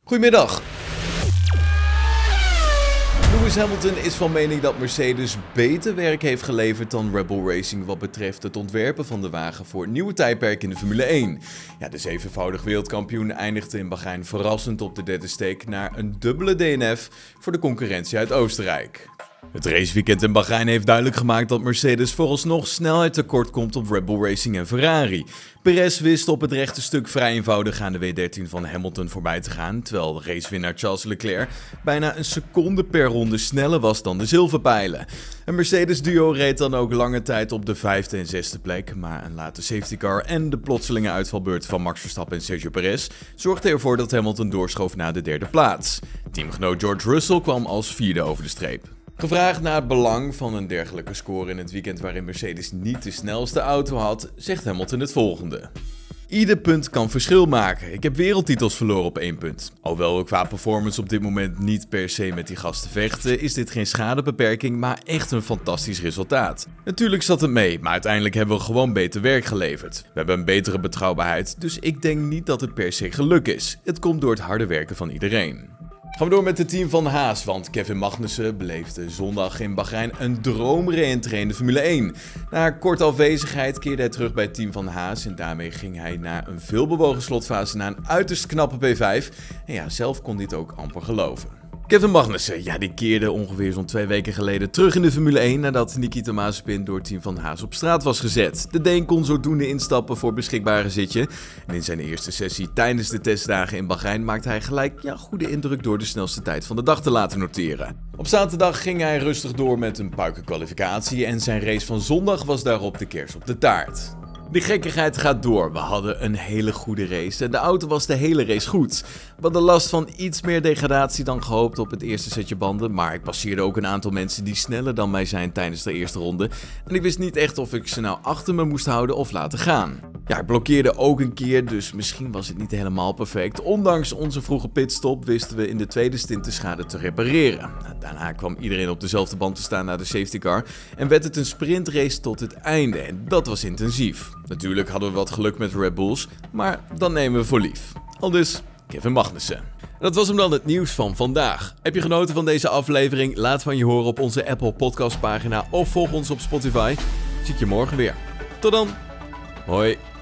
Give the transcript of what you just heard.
Goedemiddag. Lewis Hamilton is van mening dat Mercedes beter werk heeft geleverd dan Red Bull Racing wat betreft het ontwerpen van de wagen voor het nieuwe tijdperk in de Formule 1. Ja, de zevenvoudig wereldkampioen eindigde in Bahrein verrassend op de derde steek naar een dubbele DNF voor de concurrentie uit Oostenrijk. Het raceweekend in Bahrein heeft duidelijk gemaakt dat Mercedes vooralsnog snelheid tekort komt op Red Bull Racing en Ferrari. Perez wist op het rechte stuk vrij eenvoudig aan de W13 van Hamilton voorbij te gaan, terwijl racewinnaar Charles Leclerc bijna een seconde per ronde sneller was dan de zilverpijlen. Een Mercedes-duo reed dan ook lange tijd op de vijfde en zesde plek, maar een late safety car en de plotselinge uitvalbeurt van Max Verstappen en Sergio Perez zorgden ervoor dat Hamilton doorschoof naar de derde plaats. Teamgenoot George Russell kwam als vierde over de streep. Gevraagd naar het belang van een dergelijke score in het weekend waarin Mercedes niet de snelste auto had, zegt Hamilton het volgende. Ieder punt kan verschil maken. Ik heb wereldtitels verloren op 1 punt. Alhoewel we qua performance op dit moment niet per se met die gasten vechten, is dit geen schadebeperking, maar echt een fantastisch resultaat. Natuurlijk zat het mee, maar uiteindelijk hebben we gewoon beter werk geleverd. We hebben een betere betrouwbaarheid, dus ik denk niet dat het per se geluk is. Het komt door het harde werken van iedereen. Gaan we door met het team van Haas, want Kevin Magnussen beleefde zondag in Bahrein een droomreentry in de Formule 1. Na korte afwezigheid keerde hij terug bij het team van Haas en daarmee ging hij naar een veelbewogen slotfase naar een uiterst knappe P5. En ja, zelf kon dit ook amper geloven. Kevin Magnussen, ja, die keerde ongeveer zo'n 2 weken geleden terug in de Formule 1 nadat Nikita Mazepin door het team van Haas op straat was gezet. De Deen kon zodoende instappen voor beschikbare zitje. En in zijn eerste sessie tijdens de testdagen in Bahrein maakte hij gelijk goede indruk door de snelste tijd van de dag te laten noteren. Op zaterdag ging hij rustig door met een puikenkwalificatie en zijn race van zondag was daarop de kers op de taart. De gekkigheid gaat door. We hadden een hele goede race en de auto was de hele race goed. We hadden last van iets meer degradatie dan gehoopt op het eerste setje banden, maar ik passeerde ook een aantal mensen die sneller dan mij zijn tijdens de eerste ronde en ik wist niet echt of ik ze nou achter me moest houden of laten gaan. Ja, ik blokkeerde ook een keer, dus misschien was het niet helemaal perfect. Ondanks onze vroege pitstop wisten we in de tweede stint de schade te repareren. Daarna kwam iedereen op dezelfde band te staan na de safety car en werd het een sprintrace tot het einde en dat was intensief. Natuurlijk hadden we wat geluk met Red Bulls, maar dat nemen we voor lief. Aldus Kevin Magnussen. Dat was hem dan het nieuws van vandaag. Heb je genoten van deze aflevering? Laat van je horen op onze Apple Podcast pagina of volg ons op Spotify. Zie ik je morgen weer. Tot dan. Hoi.